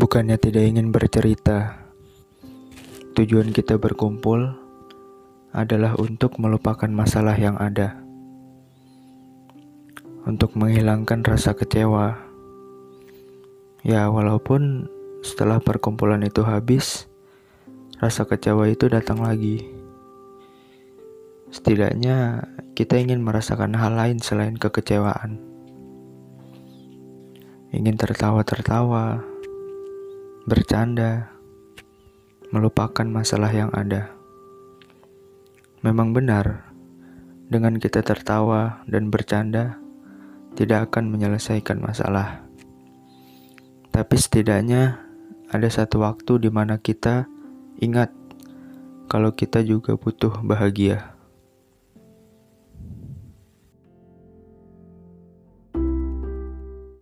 Bukannya tidak ingin bercerita, tujuan kita berkumpul adalah untuk melupakan masalah yang ada, untuk menghilangkan rasa kecewa. Ya, walaupun setelah perkumpulan itu habis, rasa kecewa itu datang lagi. Setidaknya kita ingin merasakan hal lain selain kekecewaan. Ingin tertawa-tertawa, bercanda, melupakan masalah yang ada. Memang benar, dengan kita tertawa dan bercanda, tidak akan menyelesaikan masalah. Tapi setidaknya ada satu waktu di mana kita ingat kalau kita juga butuh bahagia.